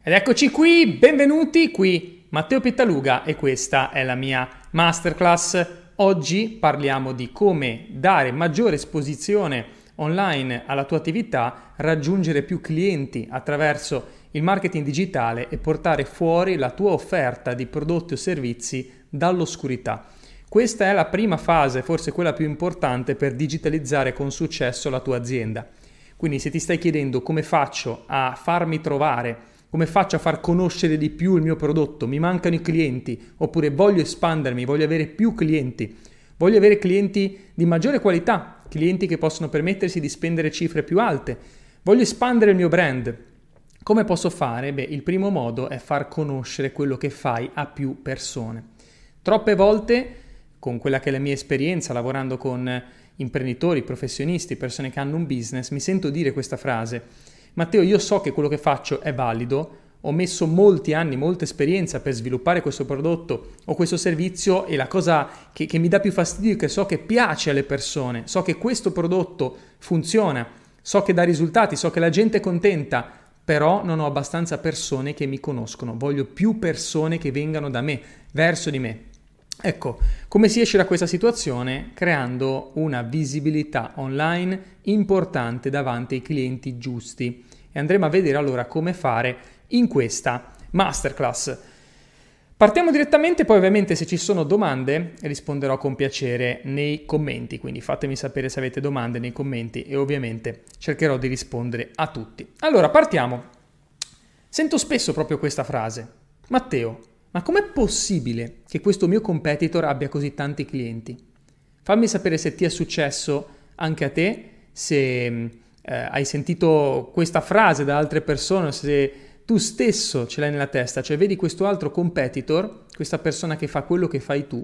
Ed eccoci qui, benvenuti qui Matteo Pittaluga e questa è la mia masterclass. Oggi parliamo di come dare maggiore esposizione online alla tua attività, raggiungere più clienti attraverso il marketing digitale e portare fuori la tua offerta di prodotti o servizi dall'oscurità. Questa è la prima fase, forse quella più importante per digitalizzare con successo la tua azienda. Quindi se ti stai chiedendo come faccio a farmi trovare, come faccio a far conoscere di più il mio prodotto, mi mancano i clienti, oppure voglio espandermi, voglio avere più clienti, voglio avere clienti di maggiore qualità, clienti che possono permettersi di spendere cifre più alte, voglio espandere il mio brand. Come posso fare? Il primo modo è far conoscere quello che fai a più persone. Troppe volte, con quella che è la mia esperienza lavorando con imprenditori, professionisti, persone che hanno un business, mi sento dire questa frase: Matteo, io so che quello che faccio è valido, ho messo molti anni, molta esperienza per sviluppare questo prodotto o questo servizio e la cosa che mi dà più fastidio è che so che piace alle persone, so che questo prodotto funziona, so che dà risultati, so che la gente è contenta, però non ho abbastanza persone che mi conoscono, voglio più persone che vengano da me, verso di me. Ecco, come si esce da questa situazione? Creando una visibilità online importante davanti ai clienti giusti. E andremo a vedere allora come fare in questa masterclass. Partiamo direttamente, poi ovviamente se ci sono domande risponderò con piacere nei commenti, quindi fatemi sapere se avete domande nei commenti e ovviamente cercherò di rispondere a tutti. Allora, partiamo. Sento spesso proprio questa frase: Matteo, ma com'è possibile che questo mio competitor abbia così tanti clienti? Fammi sapere se ti è successo anche a te, se hai sentito questa frase da altre persone, se tu stesso ce l'hai nella testa, cioè vedi questo altro competitor, questa persona che fa quello che fai tu,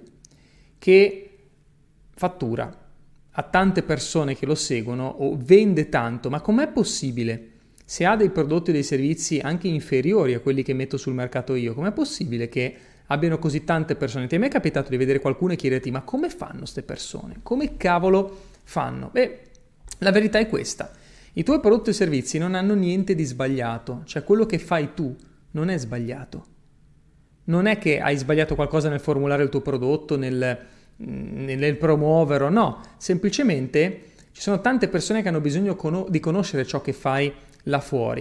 che fattura, ha tante persone che lo seguono o vende tanto, ma com'è possibile? Se ha dei prodotti o dei servizi anche inferiori a quelli che metto sul mercato io, com'è possibile che abbiano così tante persone? Ti è mai capitato di vedere qualcuno e chiederti: ma come fanno queste persone? Come cavolo fanno? La verità è questa: i tuoi prodotti e servizi non hanno niente di sbagliato, cioè quello che fai tu non è sbagliato. Non è che hai sbagliato qualcosa nel formulare il tuo prodotto, nel promuoverlo, no, semplicemente ci sono tante persone che hanno bisogno di conoscere ciò che fai là fuori.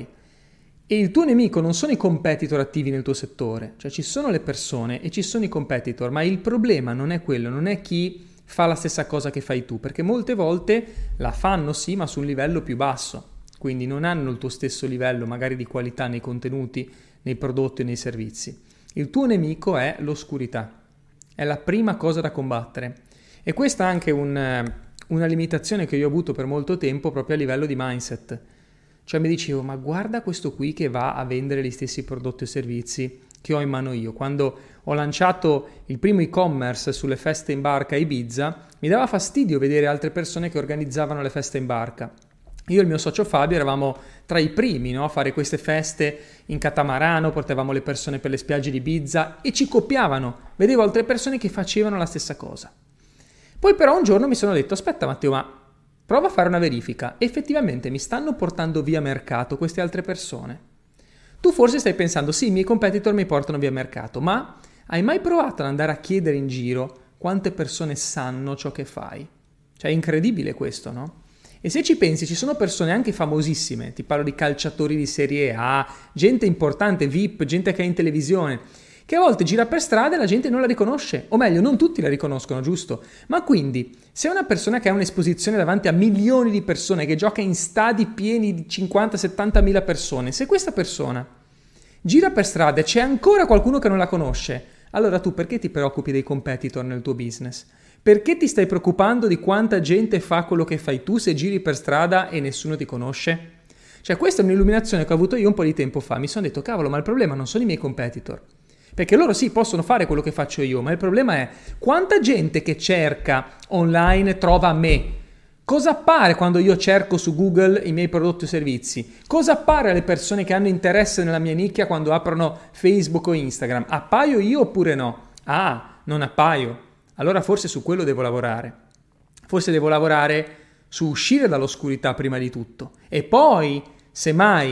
E il tuo nemico non sono i competitor attivi nel tuo settore, cioè ci sono le persone e ci sono i competitor, ma il problema non è quello, non è chi fa la stessa cosa che fai tu, perché molte volte la fanno sì, ma su un livello più basso, quindi non hanno il tuo stesso livello magari di qualità nei contenuti, nei prodotti e nei servizi. Il tuo nemico è l'oscurità, è la prima cosa da combattere, e questa è anche una limitazione che io ho avuto per molto tempo proprio a livello di mindset. Cioè mi dicevo: ma guarda questo qui che va a vendere gli stessi prodotti o servizi che ho in mano io. Quando ho lanciato il primo e-commerce sulle feste in barca a Ibiza, mi dava fastidio vedere altre persone che organizzavano le feste in barca. Io e il mio socio Fabio eravamo tra i primi, no, a fare queste feste in catamarano, portavamo le persone per le spiagge di Ibiza e ci copiavano. Vedevo altre persone che facevano la stessa cosa. Poi però un giorno mi sono detto: aspetta Matteo, ma prova a fare una verifica, effettivamente mi stanno portando via mercato queste altre persone? Tu forse stai pensando: sì, i miei competitor mi portano via mercato, ma hai mai provato ad andare a chiedere in giro quante persone sanno ciò che fai? Cioè è incredibile questo, no? E se ci pensi, ci sono persone anche famosissime, ti parlo di calciatori di Serie A, gente importante, VIP, gente che è in televisione, che a volte gira per strada e la gente non la riconosce, o meglio, non tutti la riconoscono, giusto? Ma quindi, se una persona che ha un'esposizione davanti a milioni di persone, che gioca in stadi pieni di 50-70 mila persone, se questa persona gira per strada e c'è ancora qualcuno che non la conosce, allora tu perché ti preoccupi dei competitor nel tuo business? Perché ti stai preoccupando di quanta gente fa quello che fai tu se giri per strada e nessuno ti conosce? Cioè questa è un'illuminazione che ho avuto io un po' di tempo fa, mi sono detto: cavolo, ma il problema non sono i miei competitor. Perché loro sì, possono fare quello che faccio io, ma il problema è quanta gente che cerca online trova me. Cosa appare quando io cerco su Google i miei prodotti o servizi? Cosa appare alle persone che hanno interesse nella mia nicchia quando aprono Facebook o Instagram? Appaio io oppure no? Ah, non appaio. Allora forse su quello devo lavorare. Forse devo lavorare su uscire dall'oscurità prima di tutto. E poi, semmai,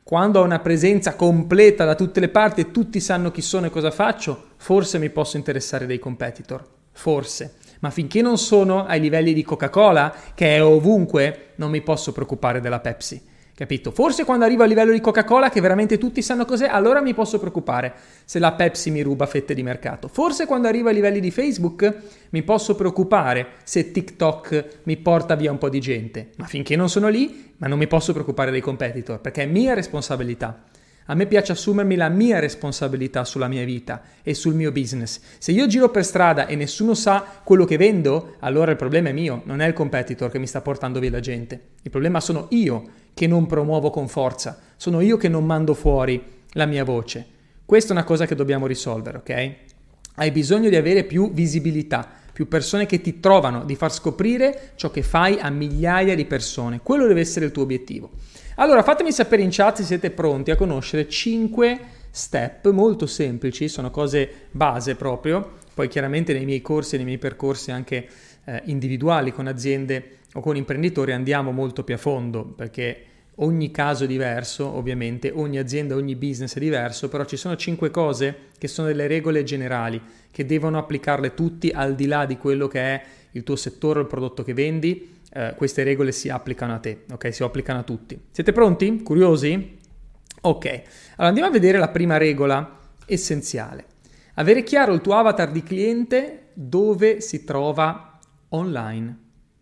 quando ho una presenza completa da tutte le parti e tutti sanno chi sono e cosa faccio, forse mi posso interessare dei competitor, forse. Ma finché non sono ai livelli di Coca-Cola, che è ovunque, non mi posso preoccupare della Pepsi. Capito? Forse quando arrivo a livello di Coca-Cola, che veramente tutti sanno cos'è, allora mi posso preoccupare se la Pepsi mi ruba fette di mercato. Forse quando arrivo ai livelli di Facebook mi posso preoccupare se TikTok mi porta via un po' di gente. Ma finché non sono lì, ma non mi posso preoccupare dei competitor, perché è mia responsabilità. A me piace assumermi la mia responsabilità sulla mia vita e sul mio business. Se io giro per strada e nessuno sa quello che vendo, allora il problema è mio, non è il competitor che mi sta portando via la gente. Il problema sono io che non promuovo con forza, sono io che non mando fuori la mia voce. Questa è una cosa che dobbiamo risolvere, ok? Hai bisogno di avere più visibilità, più persone che ti trovano, di far scoprire ciò che fai a migliaia di persone. Quello deve essere il tuo obiettivo. Allora, fatemi sapere in chat se siete pronti a conoscere 5 step molto semplici, sono cose base proprio, poi chiaramente nei miei corsi e nei miei percorsi anche individuali con aziende o con imprenditori andiamo molto più a fondo, perché ogni caso è diverso, ovviamente, ogni azienda, ogni business è diverso, però ci sono 5 cose che sono delle regole generali, che devono applicarle tutti al di là di quello che è il tuo settore o il prodotto che vendi. Queste regole si applicano a te, ok? Si applicano a tutti. Siete pronti? Curiosi? Ok, allora andiamo a vedere la prima regola essenziale. Avere chiaro il tuo avatar di cliente dove si trova online.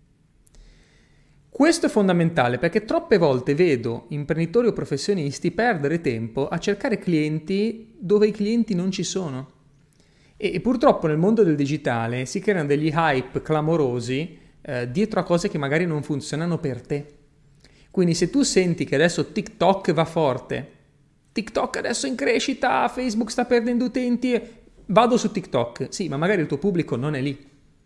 Questo è fondamentale perché troppe volte vedo imprenditori o professionisti perdere tempo a cercare clienti dove i clienti non ci sono. E purtroppo nel mondo del digitale si creano degli hype clamorosi dietro a cose che magari non funzionano per te. Quindi se tu senti che adesso TikTok va forte, TikTok adesso è in crescita, Facebook sta perdendo utenti, vado su TikTok. Sì, ma magari il tuo pubblico non è lì.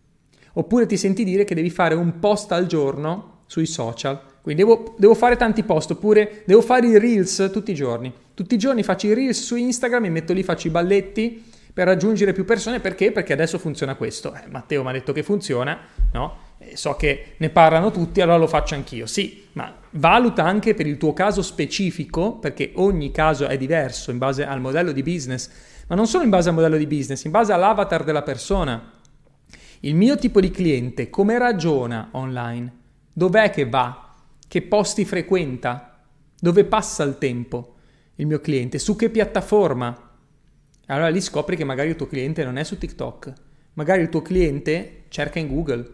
Oppure ti senti dire che devi fare un post al giorno sui social. Quindi devo fare tanti post, oppure devo fare i reels tutti i giorni. Tutti i giorni faccio i reels su Instagram, mi metto lì, faccio i balletti per raggiungere più persone. Perché? Perché adesso funziona questo. Matteo mi ha detto che funziona, no? So che ne parlano tutti, allora lo faccio anch'io. Sì, ma valuta anche per il tuo caso specifico, perché ogni caso è diverso in base al modello di business, ma non solo in base al modello di business, in base all'avatar della persona. Il mio tipo di cliente come ragiona online? Dov'è che va? Che posti frequenta? Dove passa il tempo il mio cliente? Su che piattaforma? Allora lì scopri che magari il tuo cliente non è su TikTok, magari il tuo cliente cerca in Google.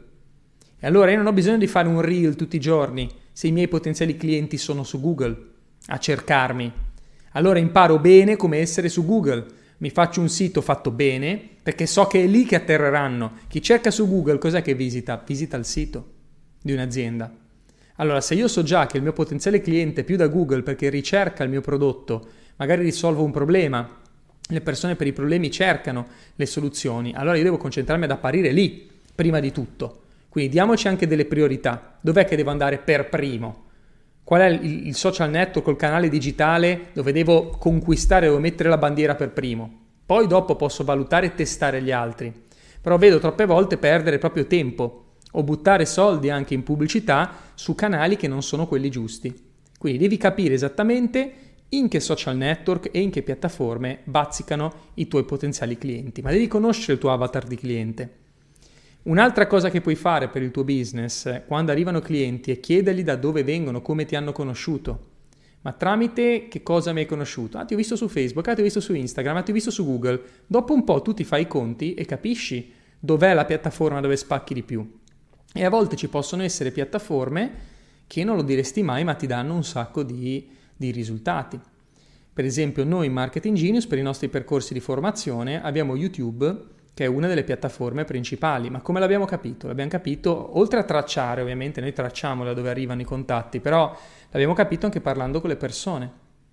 E allora io non ho bisogno di fare un reel tutti i giorni se i miei potenziali clienti sono su Google a cercarmi. Allora imparo bene come essere su Google, mi faccio un sito fatto bene perché so che è lì che atterreranno. Chi cerca su Google cos'è che visita? Visita il sito di un'azienda. Allora se io so già che il mio potenziale cliente è più da Google perché ricerca il mio prodotto, magari risolvo un problema, le persone per i problemi cercano le soluzioni, allora io devo concentrarmi ad apparire lì prima di tutto. Quindi diamoci anche delle priorità. Dov'è che devo andare per primo? Qual è il social network, il canale digitale dove devo conquistare, devo mettere la bandiera per primo? Poi dopo posso valutare e testare gli altri. Però vedo troppe volte perdere proprio tempo o buttare soldi anche in pubblicità su canali che non sono quelli giusti. Quindi devi capire esattamente in che social network e in che piattaforme bazzicano i tuoi potenziali clienti, ma devi conoscere il tuo avatar di cliente. Un'altra cosa che puoi fare per il tuo business quando arrivano clienti è chiedergli da dove vengono, come ti hanno conosciuto. Ma tramite che cosa mi hai conosciuto? Ti ho visto su Facebook, ti ho visto su Instagram, ti ho visto su Google. Dopo un po' tu ti fai i conti e capisci dov'è la piattaforma dove spacchi di più. E a volte ci possono essere piattaforme che non lo diresti mai ma ti danno un sacco di risultati. Per esempio noi in Marketing Genius per i nostri percorsi di formazione abbiamo YouTube che è una delle piattaforme principali. Ma come l'abbiamo capito? L'abbiamo capito, oltre a tracciare, ovviamente noi tracciamo da dove arrivano i contatti, però l'abbiamo capito anche parlando con le persone.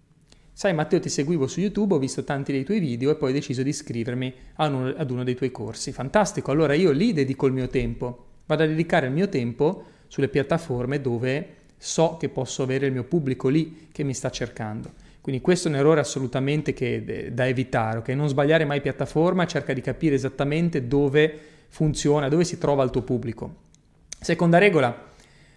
Sai Matteo, ti seguivo su YouTube, ho visto tanti dei tuoi video e poi ho deciso di iscrivermi ad uno dei tuoi corsi. Fantastico, allora io lì dedico il mio tempo, vado a dedicare il mio tempo sulle piattaforme dove so che posso avere il mio pubblico lì che mi sta cercando. Quindi questo è un errore assolutamente da evitare, ok? Non sbagliare mai piattaforma, cerca di capire esattamente dove funziona, dove si trova il tuo pubblico. Seconda regola,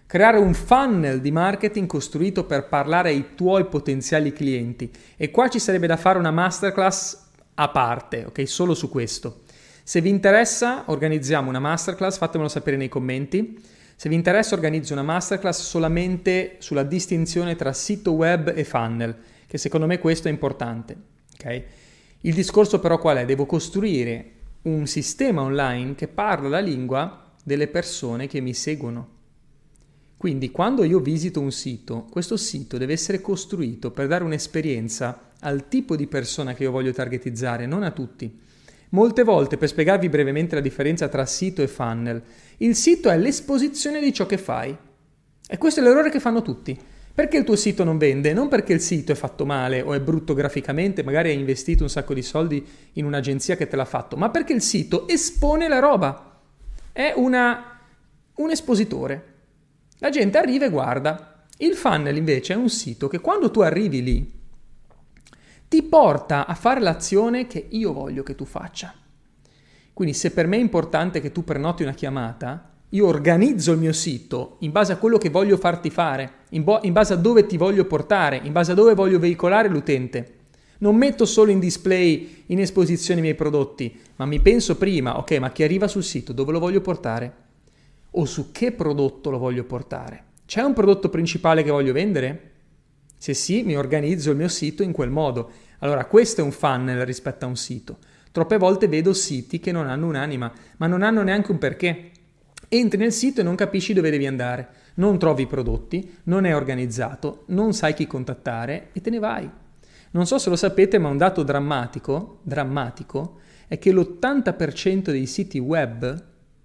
creare un funnel di marketing costruito per parlare ai tuoi potenziali clienti. E qua ci sarebbe da fare una masterclass a parte, ok? Solo su questo. Se vi interessa, organizziamo una masterclass, fatemelo sapere nei commenti. Se vi interessa, organizzo una masterclass solamente sulla distinzione tra sito web e funnel, che secondo me questo è importante, ok? Il discorso però qual è? Devo costruire un sistema online che parla la lingua delle persone che mi seguono. Quindi quando io visito un sito, questo sito deve essere costruito per dare un'esperienza al tipo di persona che io voglio targetizzare, non a tutti. Molte volte, per spiegarvi brevemente la differenza tra sito e funnel, il sito è l'esposizione di ciò che fai. E questo è l'errore che fanno tutti. Perché il tuo sito non vende? Non perché il sito è fatto male o è brutto graficamente, magari hai investito un sacco di soldi in un'agenzia che te l'ha fatto, ma perché il sito espone la roba. È un espositore. La gente arriva e guarda. Il funnel invece è un sito che quando tu arrivi lì ti porta a fare l'azione che io voglio che tu faccia. Quindi se per me è importante che tu prenoti una chiamata, io organizzo il mio sito in base a quello che voglio farti fare, in base a dove ti voglio portare, in base a dove voglio veicolare l'utente. Non metto solo in display, in esposizione i miei prodotti, ma mi penso prima, ok, ma chi arriva sul sito dove lo voglio portare? O su che prodotto lo voglio portare? C'è un prodotto principale che voglio vendere? Se sì, mi organizzo il mio sito in quel modo. Allora, questo è un funnel rispetto a un sito. Troppe volte vedo siti che non hanno un'anima, ma non hanno neanche un perché. Entri nel sito e non capisci dove devi andare, non trovi i prodotti, non è organizzato, non sai chi contattare e te ne vai. Non so se lo sapete, ma un dato drammatico è che l'80% dei siti web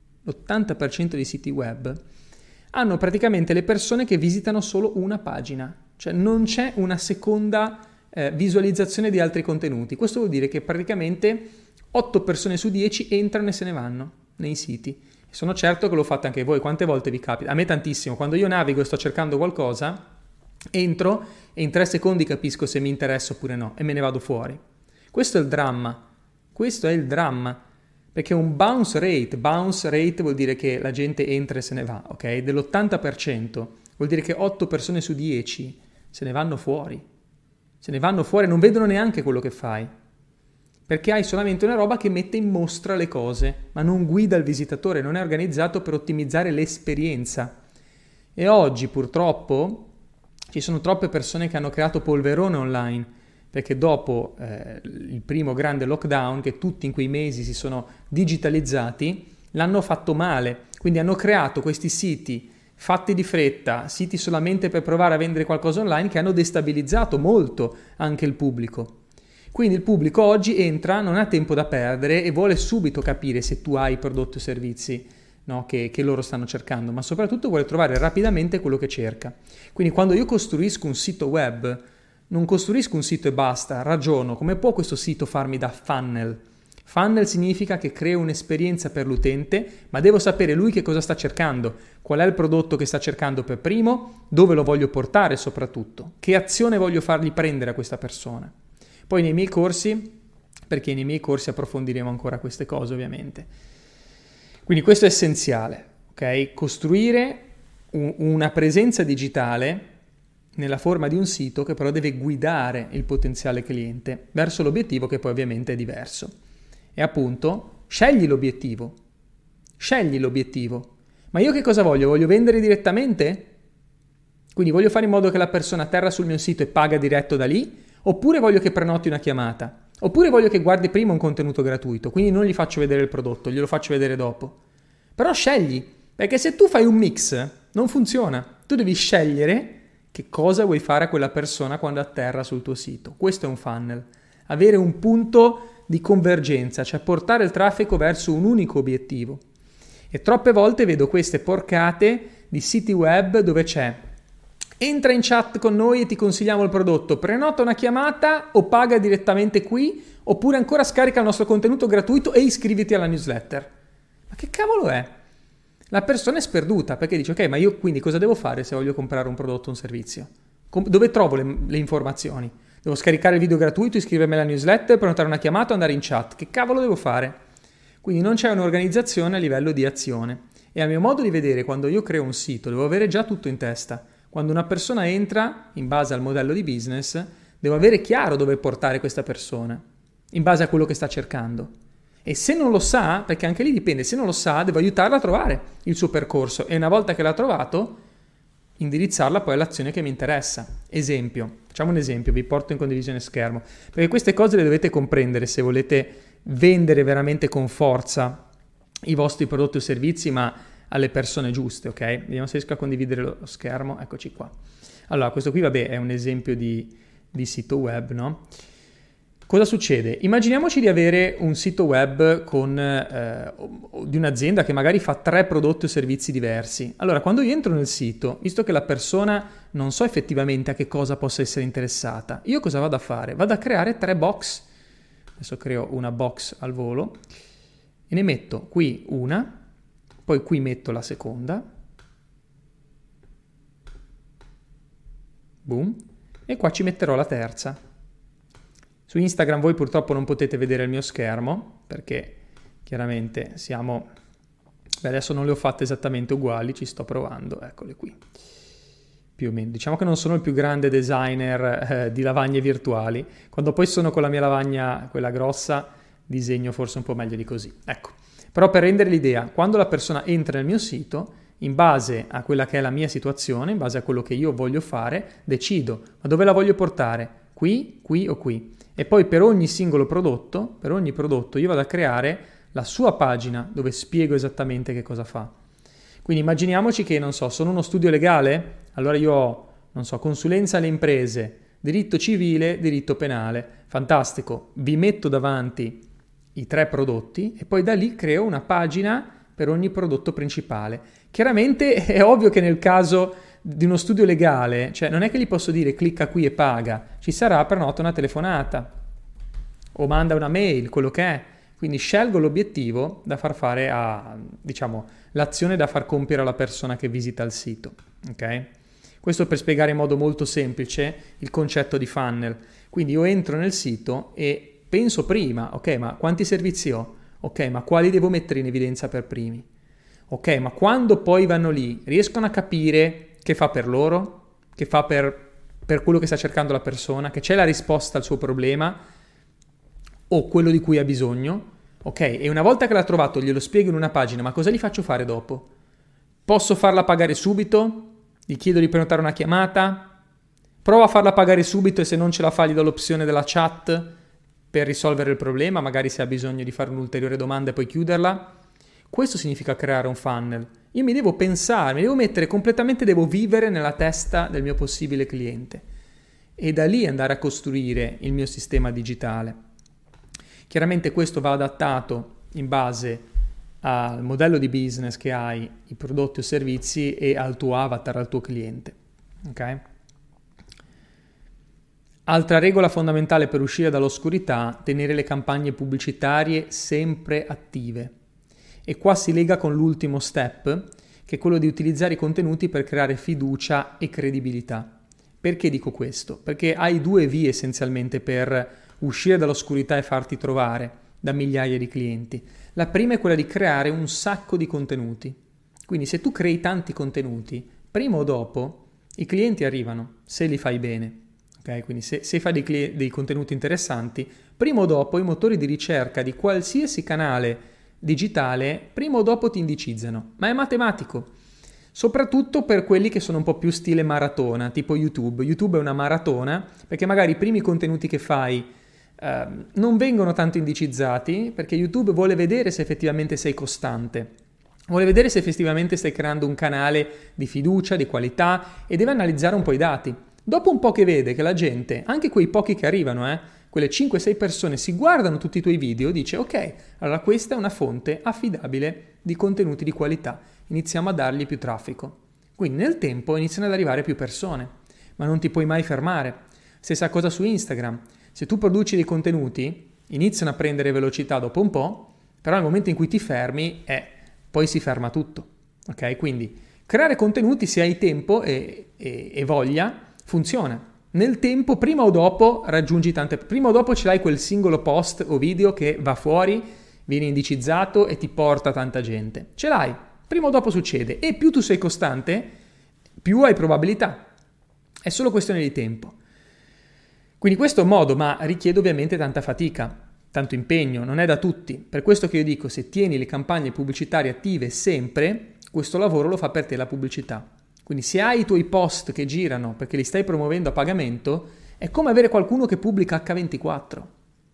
hanno praticamente le persone che visitano solo una pagina, cioè non c'è una seconda visualizzazione di altri contenuti. Questo vuol dire che praticamente 8 persone su 10 entrano e se ne vanno nei siti. Sono certo che lo fate anche voi. Quante volte vi capita? A me tantissimo. Quando io navigo e sto cercando qualcosa, entro e in 3 secondi capisco se mi interessa oppure no e me ne vado fuori. Questo è il dramma. Perché un bounce rate vuol dire che la gente entra e se ne va, ok? Dell'80% vuol dire che 8 persone su 10 se ne vanno fuori. Non vedono neanche quello che fai. Perché hai solamente una roba che mette in mostra le cose, ma non guida il visitatore, non è organizzato per ottimizzare l'esperienza. E oggi purtroppo ci sono troppe persone che hanno creato polverone online, perché dopo il primo grande lockdown, che tutti in quei mesi si sono digitalizzati, l'hanno fatto male. Quindi hanno creato questi siti fatti di fretta, siti solamente per provare a vendere qualcosa online, che hanno destabilizzato molto anche il pubblico. Quindi il pubblico oggi entra, non ha tempo da perdere e vuole subito capire se tu hai prodotti o servizi, no, che loro stanno cercando, ma soprattutto vuole trovare rapidamente quello che cerca. Quindi quando io costruisco un sito web, non costruisco un sito e basta, ragiono come può questo sito farmi da funnel. Funnel significa che creo un'esperienza per l'utente, ma devo sapere lui che cosa sta cercando, qual è il prodotto che sta cercando per primo, dove lo voglio portare soprattutto, che azione voglio fargli prendere a questa persona. Poi nei miei corsi, perché nei miei corsi approfondiremo ancora queste cose ovviamente. Quindi questo è essenziale, ok? Costruire una presenza digitale nella forma di un sito che però deve guidare il potenziale cliente verso l'obiettivo che poi ovviamente è diverso. E appunto, scegli l'obiettivo. Ma io che cosa voglio? Voglio vendere direttamente? Quindi voglio fare in modo che la persona atterra sul mio sito e paga diretto da lì? Oppure voglio che prenoti una chiamata? Oppure voglio che guardi prima un contenuto gratuito, quindi non gli faccio vedere il prodotto, glielo faccio vedere dopo. Però scegli, perché se tu fai un mix non funziona. Tu devi scegliere che cosa vuoi fare a quella persona quando atterra sul tuo sito. Questo è un funnel. Avere un punto di convergenza, cioè portare il traffico verso un unico obiettivo. E troppe volte vedo queste porcate di siti web dove c'è: entra in chat con noi e ti consigliamo il prodotto, prenota una chiamata o paga direttamente qui, oppure ancora scarica il nostro contenuto gratuito e iscriviti alla newsletter. Ma che cavolo è? La persona è sperduta perché dice: ok, ma io quindi cosa devo fare se voglio comprare un prodotto o un servizio? Dove trovo le informazioni? Devo scaricare il video gratuito, iscrivermi alla newsletter, prenotare una chiamata o andare in chat? Che cavolo devo fare? Quindi non c'è un'organizzazione a livello di azione. E a mio modo di vedere, quando io creo un sito, devo avere già tutto in testa. Quando una persona entra, in base al modello di business, devo avere chiaro dove portare questa persona, in base a quello che sta cercando. E se non lo sa, perché anche lì dipende, se non lo sa, devo aiutarla a trovare il suo percorso e una volta che l'ha trovato, indirizzarla poi all'azione che mi interessa. Esempio, facciamo un esempio, vi porto in condivisione schermo, perché queste cose le dovete comprendere se volete vendere veramente con forza i vostri prodotti o servizi, ma alle persone giuste, ok? Vediamo se riesco a condividere lo schermo, eccoci qua. Allora, questo qui, vabbè, è un esempio di sito web, no? Cosa succede? Immaginiamoci di avere un sito web di un'azienda che magari fa 3 prodotti o servizi diversi. Allora, quando io entro nel sito, visto che la persona non so effettivamente a che cosa possa essere interessata, io cosa vado a fare? Vado a creare 3 box. Adesso creo una box al volo e ne metto qui una, poi qui metto la seconda, boom, e qua ci metterò la terza. Su Instagram voi purtroppo non potete vedere il mio schermo perché chiaramente siamo... Beh, adesso non le ho fatte esattamente uguali, ci sto provando, eccole qui. Più o meno. Diciamo che non sono il più grande designer di lavagne virtuali. Quando poi sono con la mia lavagna, quella grossa, disegno forse un po' meglio di così. Ecco. Però per rendere l'idea, quando la persona entra nel mio sito, in base a quella che è la mia situazione, in base a quello che io voglio fare, decido, ma dove la voglio portare? Qui, qui o qui? E poi per ogni singolo prodotto, io vado a creare la sua pagina dove spiego esattamente che cosa fa. Quindi immaginiamoci che, non so, sono uno studio legale, allora io ho, non so, consulenza alle imprese, diritto civile, diritto penale. Fantastico, vi metto davanti i 3 prodotti e poi da lì creo una pagina per ogni prodotto principale. Chiaramente è ovvio che nel caso di uno studio legale, cioè non è che gli posso dire clicca qui e paga, ci sarà per nota una telefonata o manda una mail, quello che è. Quindi scelgo l'obiettivo da far fare a, diciamo, l'azione da far compiere alla persona che visita il sito, ok? Questo per spiegare in modo molto semplice il concetto di funnel. Quindi io entro nel sito e penso prima, ok, ma quanti servizi ho? Ok, ma quali devo mettere in evidenza per primi? Ok, ma quando poi vanno lì, riescono a capire che fa per loro, che fa per quello che sta cercando la persona, che c'è la risposta al suo problema o quello di cui ha bisogno, ok? E una volta che l'ha trovato glielo spiego in una pagina, ma cosa gli faccio fare dopo? Posso farla pagare subito? Gli chiedo di prenotare una chiamata? Prova a farla pagare subito e se non ce la fa gli do l'opzione della chat per risolvere il problema, magari se ha bisogno di fare un'ulteriore domanda e poi chiuderla. Questo significa creare un funnel. Io mi devo pensare, mi devo mettere completamente, devo vivere nella testa del mio possibile cliente e da lì andare a costruire il mio sistema digitale. Chiaramente questo va adattato in base al modello di business che hai, i prodotti o servizi e al tuo avatar, al tuo cliente. Ok? Altra regola fondamentale per uscire dall'oscurità, tenere le campagne pubblicitarie sempre attive. E qua si lega con l'ultimo step, che è quello di utilizzare i contenuti per creare fiducia e credibilità. Perché dico questo? Perché hai 2 vie essenzialmente per uscire dall'oscurità e farti trovare da migliaia di clienti. La prima è quella di creare un sacco di contenuti. Quindi se tu crei tanti contenuti, prima o dopo i clienti arrivano, se li fai bene. Okay? Quindi se fai dei contenuti interessanti, prima o dopo i motori di ricerca di qualsiasi canale digitale, prima o dopo ti indicizzano. Ma è matematico. Soprattutto per quelli che sono un po' più stile maratona, tipo YouTube. YouTube è una maratona perché magari i primi contenuti che fai non vengono tanto indicizzati perché YouTube vuole vedere se effettivamente sei costante, vuole vedere se effettivamente stai creando un canale di fiducia, di qualità e deve analizzare un po' i dati. Dopo un po' che vede che la gente, anche quei pochi che arrivano, quelle 5-6 persone si guardano tutti i tuoi video, dice ok, allora questa è una fonte affidabile di contenuti di qualità, iniziamo a dargli più traffico. Quindi nel tempo iniziano ad arrivare più persone, ma non ti puoi mai fermare. Stessa cosa su Instagram. Se tu produci dei contenuti, iniziano a prendere velocità dopo un po', però nel momento in cui ti fermi, poi si ferma tutto. Ok? Quindi creare contenuti, se hai tempo e voglia, funziona. Nel tempo, prima o dopo, raggiungi prima o dopo ce l'hai quel singolo post o video che va fuori, viene indicizzato e ti porta tanta gente. Ce l'hai. Prima o dopo succede. E più tu sei costante, più hai probabilità. È solo questione di tempo. Quindi questo è un modo, ma richiede ovviamente tanta fatica, tanto impegno, non è da tutti. Per questo che io dico, se tieni le campagne pubblicitarie attive sempre, questo lavoro lo fa per te la pubblicità. Quindi se hai i tuoi post che girano perché li stai promuovendo a pagamento, è come avere qualcuno che pubblica H24.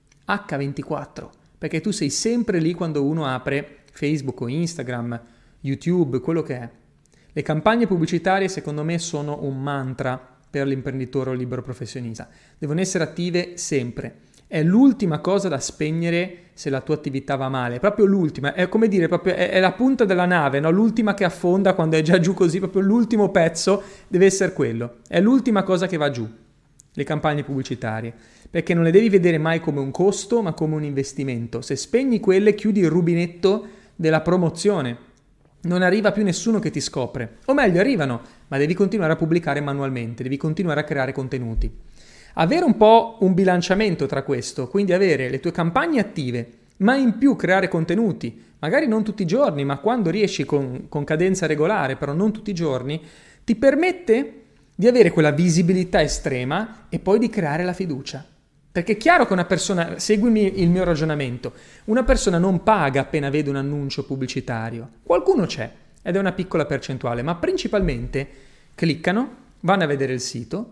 H24, perché tu sei sempre lì quando uno apre Facebook o Instagram, YouTube, quello che è. Le campagne pubblicitarie secondo me sono un mantra per l'imprenditore o il libero professionista. Devono essere attive sempre. È l'ultima cosa da spegnere se la tua attività va male. È proprio l'ultima. È come dire, proprio è la punta della nave, no? L'ultima che affonda quando è già giù così. Proprio l'ultimo pezzo deve essere quello. È l'ultima cosa che va giù. Le campagne pubblicitarie. Perché non le devi vedere mai come un costo, ma come un investimento. Se spegni quelle, chiudi il rubinetto della promozione. Non arriva più nessuno che ti scopre. O meglio, arrivano, ma devi continuare a pubblicare manualmente, devi continuare a creare contenuti. Avere un po' un bilanciamento tra questo, quindi avere le tue campagne attive, ma in più creare contenuti, magari non tutti i giorni, ma quando riesci con cadenza regolare, però non tutti i giorni, ti permette di avere quella visibilità estrema e poi di creare la fiducia. Perché è chiaro che una persona, seguimi il mio ragionamento, una persona non paga appena vede un annuncio pubblicitario. Qualcuno c'è, ed è una piccola percentuale, ma principalmente cliccano, vanno a vedere il sito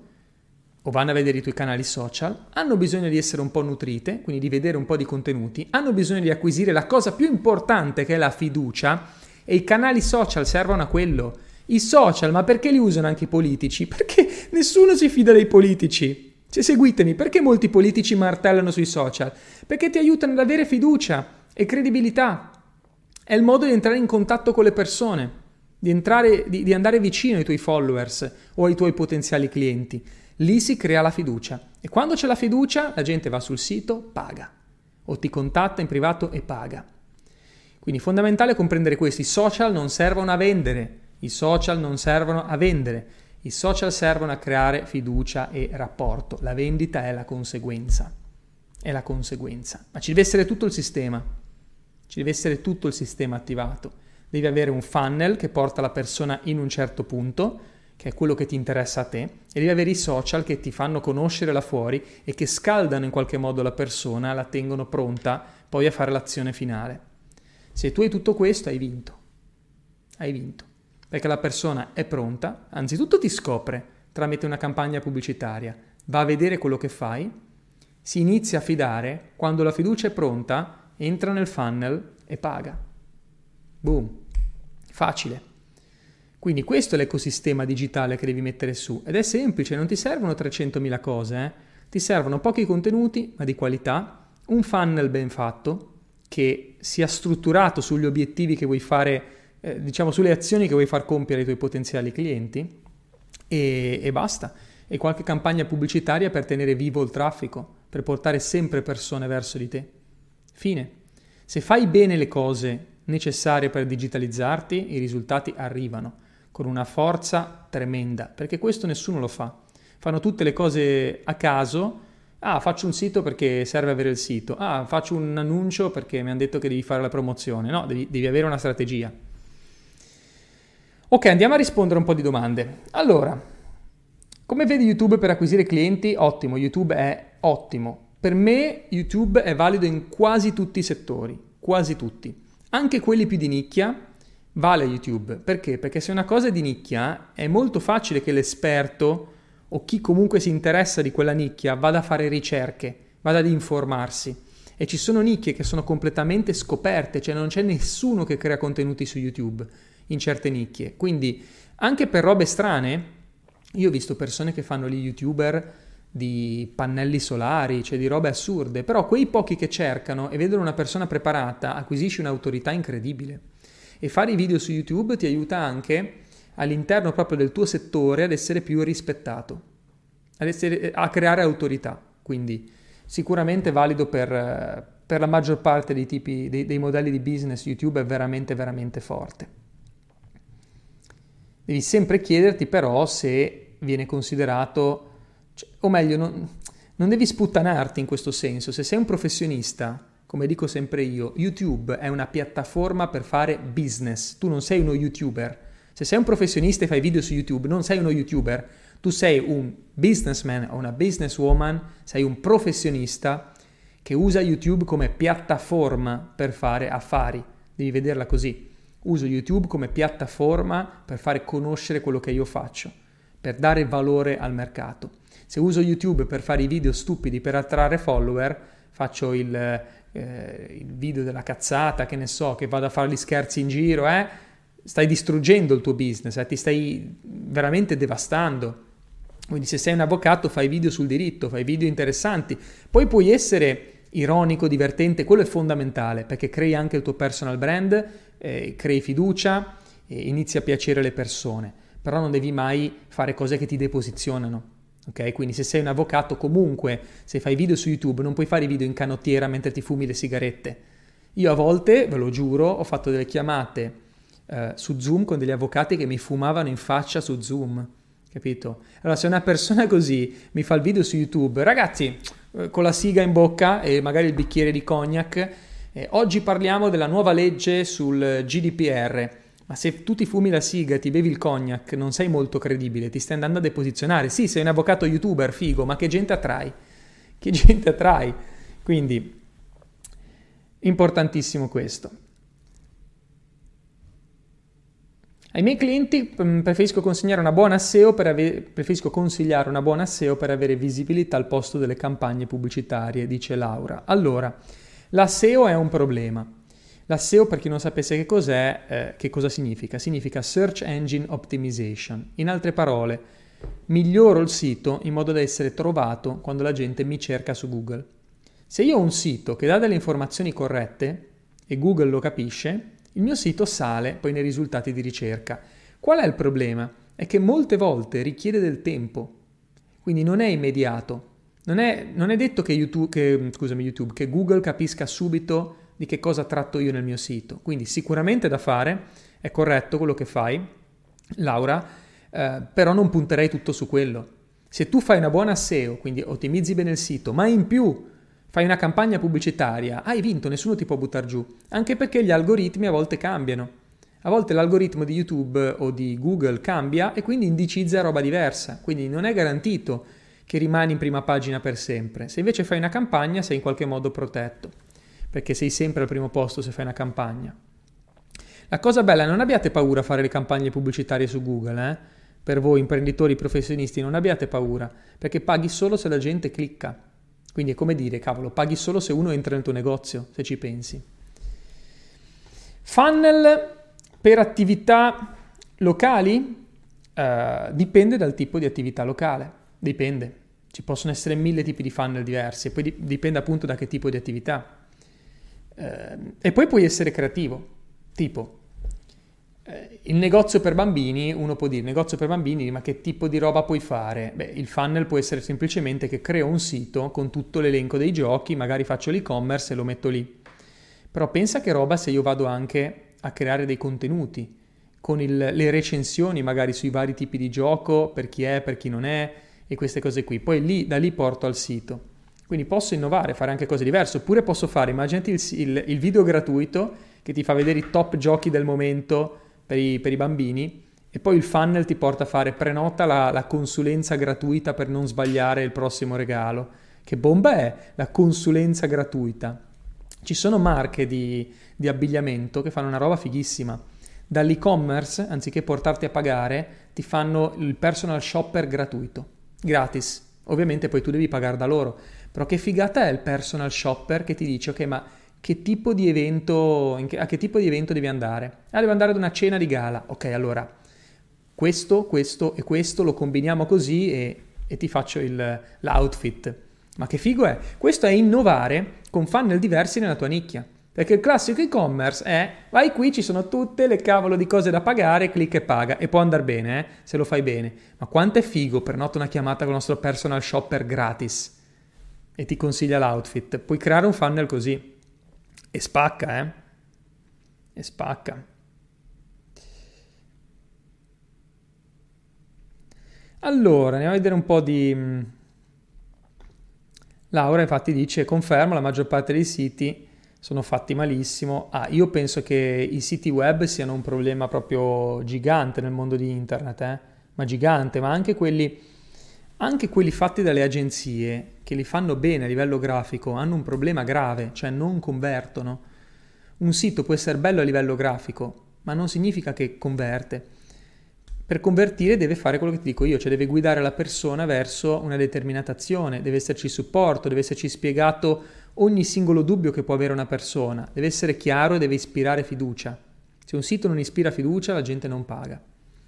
o vanno a vedere i tuoi canali social, hanno bisogno di essere un po' nutrite, quindi di vedere un po' di contenuti, hanno bisogno di acquisire la cosa più importante che è la fiducia, e i canali social servono a quello. I social, ma perché li usano anche i politici? Perché nessuno si fida dei politici. Cioè, seguitemi, perché molti politici martellano sui social? Perché ti aiutano ad avere fiducia e credibilità. È il modo di entrare in contatto con le persone, di andare vicino ai tuoi followers o ai tuoi potenziali clienti. Lì si crea la fiducia. E quando c'è la fiducia, la gente va sul sito, paga. O ti contatta in privato e paga. Quindi è fondamentale comprendere questo. I social non servono a vendere. I social non servono a vendere. I social servono a creare fiducia e rapporto. La vendita è la conseguenza. È la conseguenza. Ma ci deve essere tutto il sistema. Ci deve essere tutto il sistema attivato. Devi avere un funnel che porta la persona in un certo punto, che è quello che ti interessa a te, e devi avere i social che ti fanno conoscere là fuori e che scaldano in qualche modo la persona, la tengono pronta poi a fare l'azione finale. Se tu hai tutto questo, hai vinto. Hai vinto. Perché la persona è pronta, anzitutto ti scopre tramite una campagna pubblicitaria, va a vedere quello che fai, si inizia a fidare, quando la fiducia è pronta, entra nel funnel e paga. Boom. Facile. Quindi questo è l'ecosistema digitale che devi mettere su, ed è semplice, non ti servono 300.000 cose, ti servono pochi contenuti, ma di qualità, un funnel ben fatto, che sia strutturato sugli obiettivi che vuoi fare, sulle azioni che vuoi far compiere ai tuoi potenziali clienti, e basta. E qualche campagna pubblicitaria per tenere vivo il traffico, per portare sempre persone verso di te. Fine. Se fai bene le cose necessarie per digitalizzarti, i risultati arrivano con una forza tremenda, perché questo nessuno lo fa. Fanno tutte le cose a caso. Faccio un sito perché serve avere il sito. Faccio un annuncio perché mi hanno detto che devi fare la promozione. No, devi avere una strategia. Ok, andiamo a rispondere a un po' di domande. Allora, come vedi YouTube per acquisire clienti? Ottimo, YouTube è ottimo. Per me YouTube è valido in quasi tutti i settori, quasi tutti. Anche quelli più di nicchia vale YouTube. Perché? Perché se una cosa è di nicchia è molto facile che l'esperto o chi comunque si interessa di quella nicchia vada a fare ricerche, vada ad informarsi. E ci sono nicchie che sono completamente scoperte, cioè non c'è nessuno che crea contenuti su YouTube in certe nicchie. Quindi anche per robe strane, io ho visto persone che fanno gli YouTuber di pannelli solari, cioè di robe assurde, però quei pochi che cercano e vedono una persona preparata, acquisisci un'autorità incredibile. E fare i video su YouTube ti aiuta anche all'interno proprio del tuo settore ad essere più rispettato, a creare autorità. Quindi sicuramente valido per la maggior parte dei tipi dei modelli di business. YouTube è veramente veramente forte. Devi sempre chiederti però se viene considerato, o meglio, non devi sputtanarti in questo senso. Se sei un professionista, come dico sempre io, YouTube è una piattaforma per fare business. Tu non sei uno YouTuber. Se sei un professionista e fai video su YouTube, non sei uno YouTuber. Tu sei un businessman o una businesswoman, sei un professionista che usa YouTube come piattaforma per fare affari. Devi vederla così. Uso YouTube come piattaforma per fare conoscere quello che io faccio, per dare valore al mercato. Se uso YouTube per fare i video stupidi per attrarre follower, faccio il video della cazzata, che ne so, che vado a fare gli scherzi in giro, stai distruggendo il tuo business, ti stai veramente devastando. Quindi se sei un avvocato fai video sul diritto, fai video interessanti, poi puoi essere ironico, divertente, quello è fondamentale perché crei anche il tuo personal brand, crei fiducia, inizi a piacere le persone, però non devi mai fare cose che ti deposizionano. Ok? Quindi se sei un avvocato comunque, se fai video su YouTube non puoi fare i video in canottiera mentre ti fumi le sigarette. Io a volte, ve lo giuro, ho fatto delle chiamate su Zoom con degli avvocati che mi fumavano in faccia su Zoom, capito? Allora se una persona così mi fa il video su YouTube, ragazzi, con la siga in bocca e magari il bicchiere di cognac, oggi parliamo della nuova legge sul GDPR. Ma se tu ti fumi la siga e ti bevi il cognac, non sei molto credibile, ti stai andando a deposizionare. Sì, sei un avvocato YouTuber, figo, ma che gente attrai? Che gente attrai? Quindi, importantissimo questo. Ai miei clienti preferisco consigliare una buona SEO per avere visibilità al posto delle campagne pubblicitarie, dice Laura. Allora, la SEO è un problema. La SEO, per chi non sapesse che cos'è, che cosa significa? Significa Search Engine Optimization. In altre parole, miglioro il sito in modo da essere trovato quando la gente mi cerca su Google. Se io ho un sito che dà delle informazioni corrette e Google lo capisce, il mio sito sale poi nei risultati di ricerca. Qual è il problema? È che molte volte richiede del tempo, quindi non è immediato. Non è detto che Google capisca subito di che cosa tratto io nel mio sito. Quindi sicuramente da fare, è corretto quello che fai, Laura, però non punterei tutto su quello. Se tu fai una buona SEO, quindi ottimizzi bene il sito, ma in più fai una campagna pubblicitaria, hai vinto, nessuno ti può buttare giù, anche perché gli algoritmi a volte cambiano. A volte l'algoritmo di YouTube o di Google cambia e quindi indicizza roba diversa, quindi non è garantito che rimani in prima pagina per sempre. Se invece fai una campagna sei in qualche modo protetto, perché sei sempre al primo posto se fai una campagna. La cosa bella è non abbiate paura a fare le campagne pubblicitarie su Google, Per voi imprenditori professionisti non abbiate paura, perché paghi solo se la gente clicca. Quindi è come dire, cavolo, paghi solo se uno entra nel tuo negozio, se ci pensi. Funnel per attività locali? Dipende dal tipo di attività locale, dipende. Ci possono essere 1000 tipi di funnel diversi, e poi dipende appunto da che tipo di attività. E poi puoi essere creativo, tipo il negozio per bambini, uno può dire negozio per bambini, ma che tipo di roba puoi fare? Beh, il funnel può essere semplicemente che creo un sito con tutto l'elenco dei giochi, magari faccio l'e-commerce e lo metto lì. Però pensa che roba se io vado anche a creare dei contenuti, con le recensioni magari sui vari tipi di gioco, per chi è, per chi non è, e queste cose qui. Poi da lì porto al sito. Quindi posso innovare, fare anche cose diverse, oppure posso fare, immaginati il video gratuito che ti fa vedere i top giochi del momento per i bambini, e poi il funnel ti porta a fare prenota la consulenza gratuita per non sbagliare il prossimo regalo. Che bomba è la consulenza gratuita? Ci sono marche di abbigliamento che fanno una roba fighissima. Dall'e-commerce, anziché portarti a pagare, ti fanno il personal shopper gratuito, gratis. Ovviamente poi tu devi pagare da loro. Però che figata è il personal shopper che ti dice, ok, ma che tipo di evento, a che tipo di evento devi andare? Devo andare ad una cena di gala. Ok, allora, questo e questo lo combiniamo così e ti faccio l'outfit. Ma che figo è? Questo è innovare con funnel diversi nella tua nicchia. Perché il classico e-commerce è, vai qui, ci sono tutte le cavolo di cose da pagare, clicca e paga. E può andare bene, se lo fai bene. Ma quanto è figo, prenota una chiamata con il nostro personal shopper gratis e ti consiglia l'outfit. Puoi creare un funnel così. E spacca, E spacca. Allora, andiamo a vedere un po' di... Laura infatti dice, confermo, la maggior parte dei siti sono fatti malissimo. Io penso che i siti web siano un problema proprio gigante nel mondo di internet, ma gigante, ma anche quelli fatti dalle agenzie che li fanno bene a livello grafico hanno un problema grave, cioè non convertono. Un sito può essere bello a livello grafico, ma non significa che converte. Per convertire deve fare quello che ti dico io, cioè deve guidare la persona verso una determinata azione, deve esserci supporto, deve esserci spiegato ogni singolo dubbio che può avere una persona, deve essere chiaro e deve ispirare fiducia. Se un sito non ispira fiducia, la gente non paga.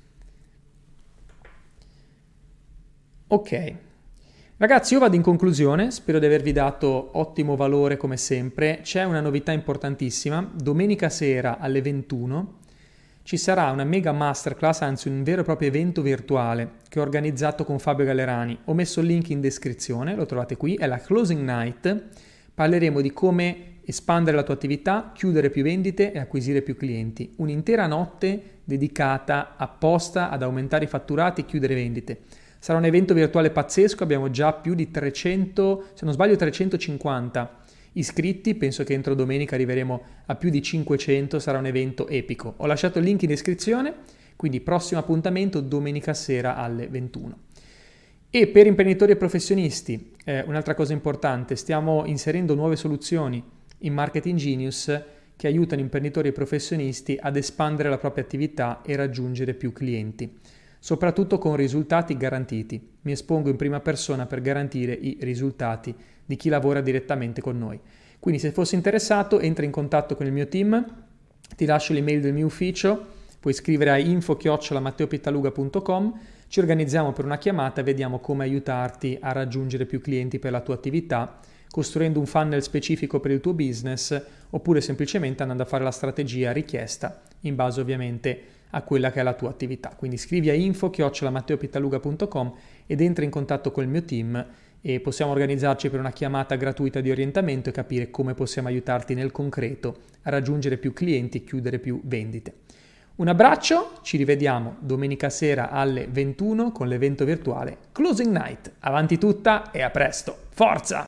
Ok, ragazzi, io vado in conclusione, spero di avervi dato ottimo valore come sempre. C'è una novità importantissima: domenica sera alle 21 ci sarà una mega masterclass, anzi un vero e proprio evento virtuale che ho organizzato con Fabio Gallerani. Ho messo il link in descrizione, lo trovate qui, è la Closing Night. Parleremo di come espandere la tua attività, chiudere più vendite e acquisire più clienti. Un'intera notte dedicata apposta ad aumentare i fatturati e chiudere vendite. Sarà un evento virtuale pazzesco, abbiamo già più di 300, se non sbaglio 350 iscritti, penso che entro domenica arriveremo a più di 500, sarà un evento epico. Ho lasciato il link in descrizione, quindi prossimo appuntamento domenica sera alle 21. E per imprenditori e professionisti, un'altra cosa importante, stiamo inserendo nuove soluzioni in Marketing Genius che aiutano imprenditori e professionisti ad espandere la propria attività e raggiungere più clienti, soprattutto con risultati garantiti. Mi espongo in prima persona per garantire i risultati di chi lavora direttamente con noi. Quindi se fossi interessato entra in contatto con il mio team, ti lascio l'email del mio ufficio, puoi scrivere a info@matteopittaluga.com, ci organizziamo per una chiamata e vediamo come aiutarti a raggiungere più clienti per la tua attività, costruendo un funnel specifico per il tuo business oppure semplicemente andando a fare la strategia richiesta in base ovviamente a quella che è la tua attività. Quindi scrivi a info@matteopittaluga.com ed entra in contatto col mio team e possiamo organizzarci per una chiamata gratuita di orientamento e capire come possiamo aiutarti nel concreto a raggiungere più clienti e chiudere più vendite. Un abbraccio, ci rivediamo domenica sera alle 21 con l'evento virtuale Closing Night. Avanti tutta e a presto. Forza!